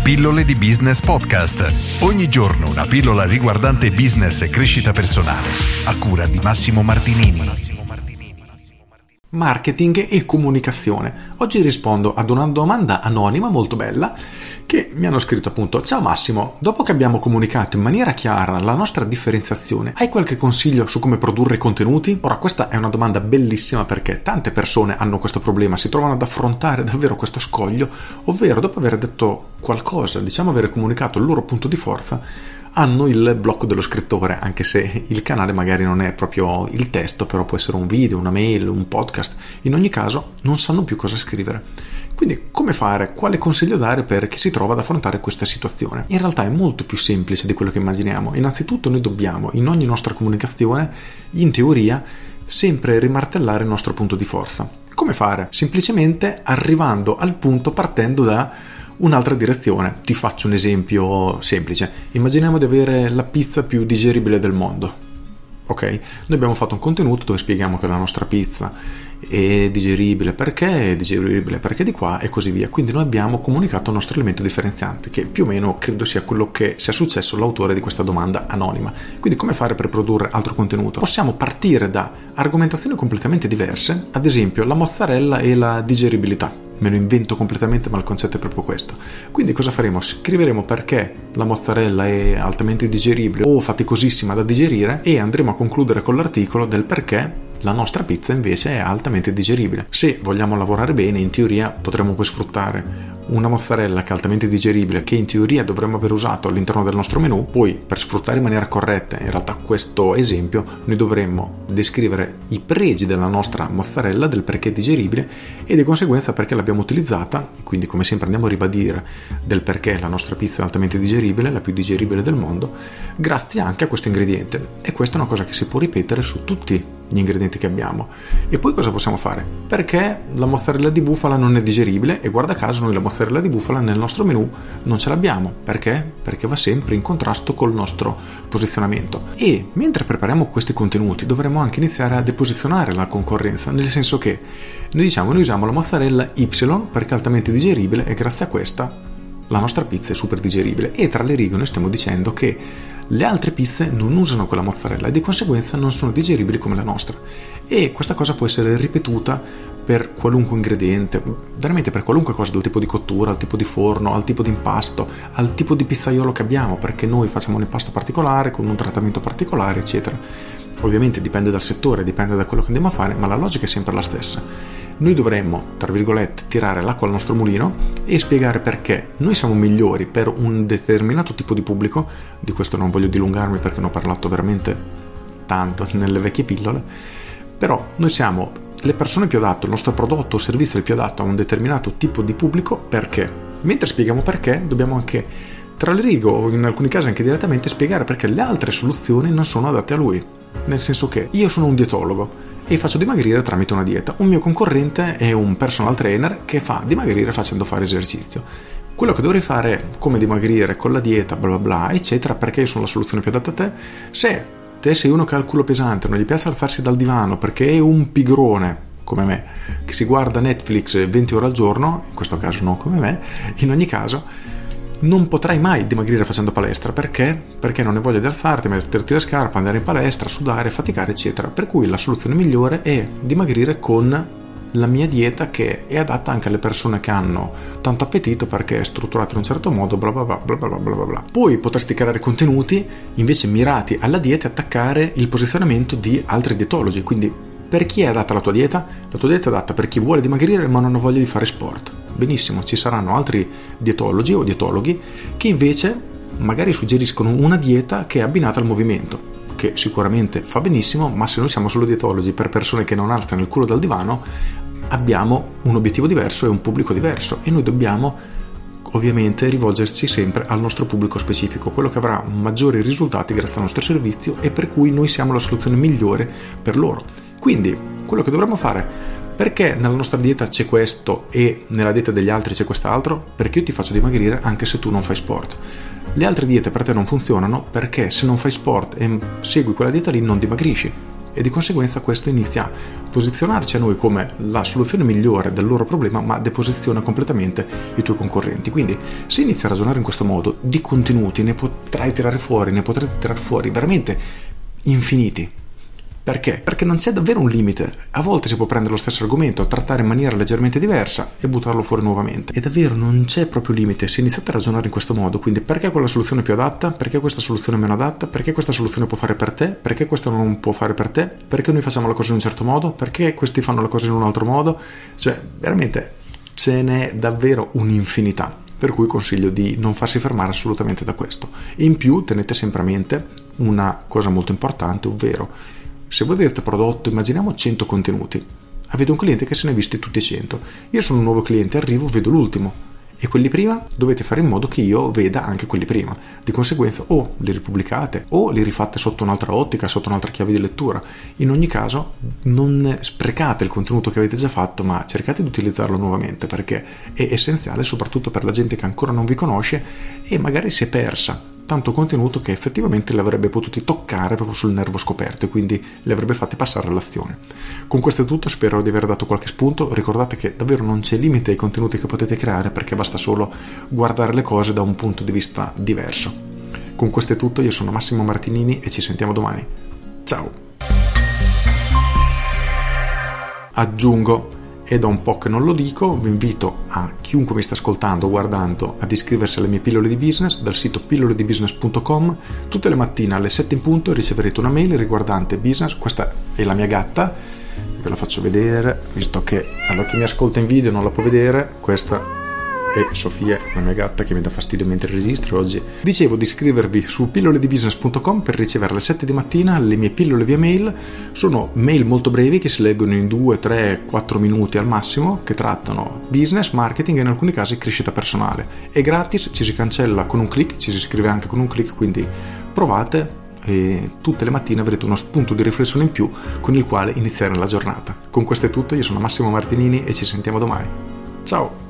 Pillole di Business Podcast. Ogni giorno una pillola riguardante business e crescita personale. A cura di Massimo Martinini. Marketing e comunicazione. Oggi rispondo ad una domanda anonima molto bella che mi hanno scritto appunto: ciao Massimo, dopo che abbiamo comunicato in maniera chiara la nostra differenziazione, hai qualche consiglio su come produrre contenuti? Ora, questa è una domanda bellissima perché tante persone hanno questo problema, si trovano ad affrontare davvero questo scoglio, ovvero dopo aver detto qualcosa, diciamo aver comunicato il loro punto di forza, hanno il blocco dello scrittore, anche se il canale magari non è proprio il testo, però può essere un video, una mail, un podcast. In ogni caso non sanno più cosa scrivere. Quindi come fare? Quale consiglio dare per chi si trova ad affrontare questa situazione? In realtà è molto più semplice di quello che immaginiamo. Innanzitutto noi dobbiamo, in ogni nostra comunicazione, in teoria, sempre rimartellare il nostro punto di forza. Come fare? Semplicemente arrivando al punto partendo da un'altra direzione. Ti faccio un esempio semplice. Immaginiamo di avere la pizza più digeribile del mondo. Ok? Noi abbiamo fatto un contenuto dove spieghiamo che la nostra pizza è digeribile perché di qua e così via. Quindi noi abbiamo comunicato il nostro elemento differenziante, che più o meno credo sia quello che sia successo all'autore di questa domanda anonima. Quindi come fare per produrre altro contenuto? Possiamo partire da argomentazioni completamente diverse, ad esempio la mozzarella e la digeribilità. Me lo invento completamente, ma il concetto è proprio questo. Quindi cosa faremo? Scriveremo perché la mozzarella è altamente digeribile o faticosissima da digerire e andremo a concludere con l'articolo del perché la nostra pizza invece è altamente digeribile. Se vogliamo lavorare bene, in teoria potremmo poi sfruttare una mozzarella che è altamente digeribile, che in teoria dovremmo aver usato all'interno del nostro menù. Poi, per sfruttare in maniera corretta in realtà questo esempio, noi dovremmo descrivere i pregi della nostra mozzarella, del perché è digeribile e di conseguenza perché l'abbiamo utilizzata. Quindi, come sempre, andiamo a ribadire del perché la nostra pizza è altamente digeribile, la più digeribile del mondo, grazie anche a questo ingrediente. E questa è una cosa che si può ripetere su tutti gli ingredienti che abbiamo. E poi cosa possiamo fare? Perché la mozzarella di bufala non è digeribile, e guarda caso noi la mozzarella di bufala nel nostro menù non ce l'abbiamo. Perché? Perché va sempre in contrasto col nostro posizionamento. E mentre prepariamo questi contenuti dovremmo anche iniziare a deposizionare la concorrenza, nel senso che noi diciamo: noi usiamo la mozzarella Y perché è altamente digeribile e grazie a questa la nostra pizza è super digeribile, e tra le righe noi stiamo dicendo che le altre pizze non usano quella mozzarella e di conseguenza non sono digeribili come la nostra. E questa cosa può essere ripetuta per qualunque ingrediente, veramente per qualunque cosa, dal tipo di cottura, al tipo di forno, al tipo di impasto, al tipo di pizzaiolo che abbiamo, perché noi facciamo un impasto particolare con un trattamento particolare, eccetera. Ovviamente dipende dal settore, dipende da quello che andiamo a fare, ma la logica è sempre la stessa. Noi dovremmo, tra virgolette, tirare l'acqua al nostro mulino e spiegare perché noi siamo migliori per un determinato tipo di pubblico. Di questo non voglio dilungarmi perché ne ho parlato veramente tanto nelle vecchie pillole, però noi siamo le persone più adatte, il nostro prodotto o servizio è il più adatto a un determinato tipo di pubblico. Perché? Mentre spieghiamo perché, dobbiamo anche, tra le righe o in alcuni casi anche direttamente, spiegare perché le altre soluzioni non sono adatte a lui. Nel senso che io sono un dietologo e faccio dimagrire tramite una dieta. Un mio concorrente è un personal trainer che fa dimagrire facendo fare esercizio. Quello che dovrei fare è come dimagrire con la dieta, bla bla bla, eccetera, perché io sono la soluzione più adatta a te. Se te sei uno che ha il culo pesante, non gli piace alzarsi dal divano perché è un pigrone come me, che si guarda Netflix 20 ore al giorno, in questo caso non come me, in ogni caso non potrai mai dimagrire facendo palestra. Perché? Perché non hai voglia di alzarti, metterti le scarpe, andare in palestra, sudare, faticare, eccetera. Per cui la soluzione migliore è dimagrire con la mia dieta, che è adatta anche alle persone che hanno tanto appetito perché è strutturata in un certo modo, bla bla bla bla bla bla bla bla. Poi potresti creare contenuti invece mirati alla dieta e attaccare il posizionamento di altri dietologi. Quindi per chi è adatta la tua dieta? La tua dieta è adatta per chi vuole dimagrire ma non ha voglia di fare sport. Benissimo, ci saranno altri dietologi o dietologhi che invece magari suggeriscono una dieta che è abbinata al movimento, che sicuramente fa benissimo, ma se noi siamo solo dietologi per persone che non alzano il culo dal divano, abbiamo un obiettivo diverso e un pubblico diverso, e noi dobbiamo ovviamente rivolgerci sempre al nostro pubblico specifico, quello che avrà maggiori risultati grazie al nostro servizio e per cui noi siamo la soluzione migliore per loro. Quindi quello che dovremmo fare: perché nella nostra dieta c'è questo e nella dieta degli altri c'è quest'altro? Perché io ti faccio dimagrire anche se tu non fai sport. Le altre diete per te non funzionano perché se non fai sport e segui quella dieta lì non dimagrisci. e di conseguenza questo inizia a posizionarci a noi come la soluzione migliore del loro problema, ma deposiziona completamente i tuoi concorrenti. Quindi se inizi a ragionare in questo modo, di contenuti ne potrete tirare fuori veramente infiniti. Perché? Perché non c'è davvero un limite. A volte si può prendere lo stesso argomento, trattare in maniera leggermente diversa e buttarlo fuori nuovamente. E davvero non c'è proprio limite se iniziate a ragionare in questo modo. Quindi perché quella soluzione è più adatta? Perché questa soluzione è meno adatta? Perché questa soluzione può fare per te? Perché questa non può fare per te? Perché noi facciamo la cosa in un certo modo? Perché questi fanno la cosa in un altro modo? Cioè, veramente ce n'è davvero un'infinità. Per cui consiglio di non farsi fermare assolutamente da questo. In più tenete sempre a mente una cosa molto importante, ovvero se voi avete prodotto, immaginiamo 100 contenuti, avete un cliente che se ne è visti tutti e 100. Io sono un nuovo cliente, arrivo, vedo l'ultimo, e quelli prima dovete fare in modo che io veda anche quelli prima. Di conseguenza o li ripubblicate o li rifate sotto un'altra ottica, sotto un'altra chiave di lettura. In ogni caso non sprecate il contenuto che avete già fatto, ma cercate di utilizzarlo nuovamente, perché è essenziale soprattutto per la gente che ancora non vi conosce e magari si è persa tanto contenuto che effettivamente li avrebbe potuti toccare proprio sul nervo scoperto e quindi li avrebbe fatti passare all'azione. Con questo è tutto, spero di aver dato qualche spunto. Ricordate che davvero non c'è limite ai contenuti che potete creare, perché basta solo guardare le cose da un punto di vista diverso. Con questo è tutto, io sono Massimo Martinini e ci sentiamo domani. Ciao! Aggiungo, e da un po' che non lo dico, vi invito a chiunque mi sta ascoltando o guardando ad iscriversi alle mie pillole di business dal sito pilloledibusiness.com. Tutte le mattine alle 7 in punto riceverete una mail riguardante business. Questa è la mia gatta, ve la faccio vedere, visto che allora chi mi ascolta in video non la può vedere. Questa è Sofia, la mia gatta, che mi dà fastidio mentre registro oggi. Dicevo di iscrivervi su pilloledibusiness.com per ricevere alle 7 di mattina le mie pillole via mail. Sono mail molto brevi che si leggono in 2, 3, 4 minuti al massimo, che trattano business, marketing e in alcuni casi crescita personale. È gratis, ci si cancella con un click, ci si iscrive anche con un click, quindi provate e tutte le mattine avrete uno spunto di riflessione in più con il quale iniziare la giornata. Con questo è tutto, io sono Massimo Martinini e ci sentiamo domani. Ciao!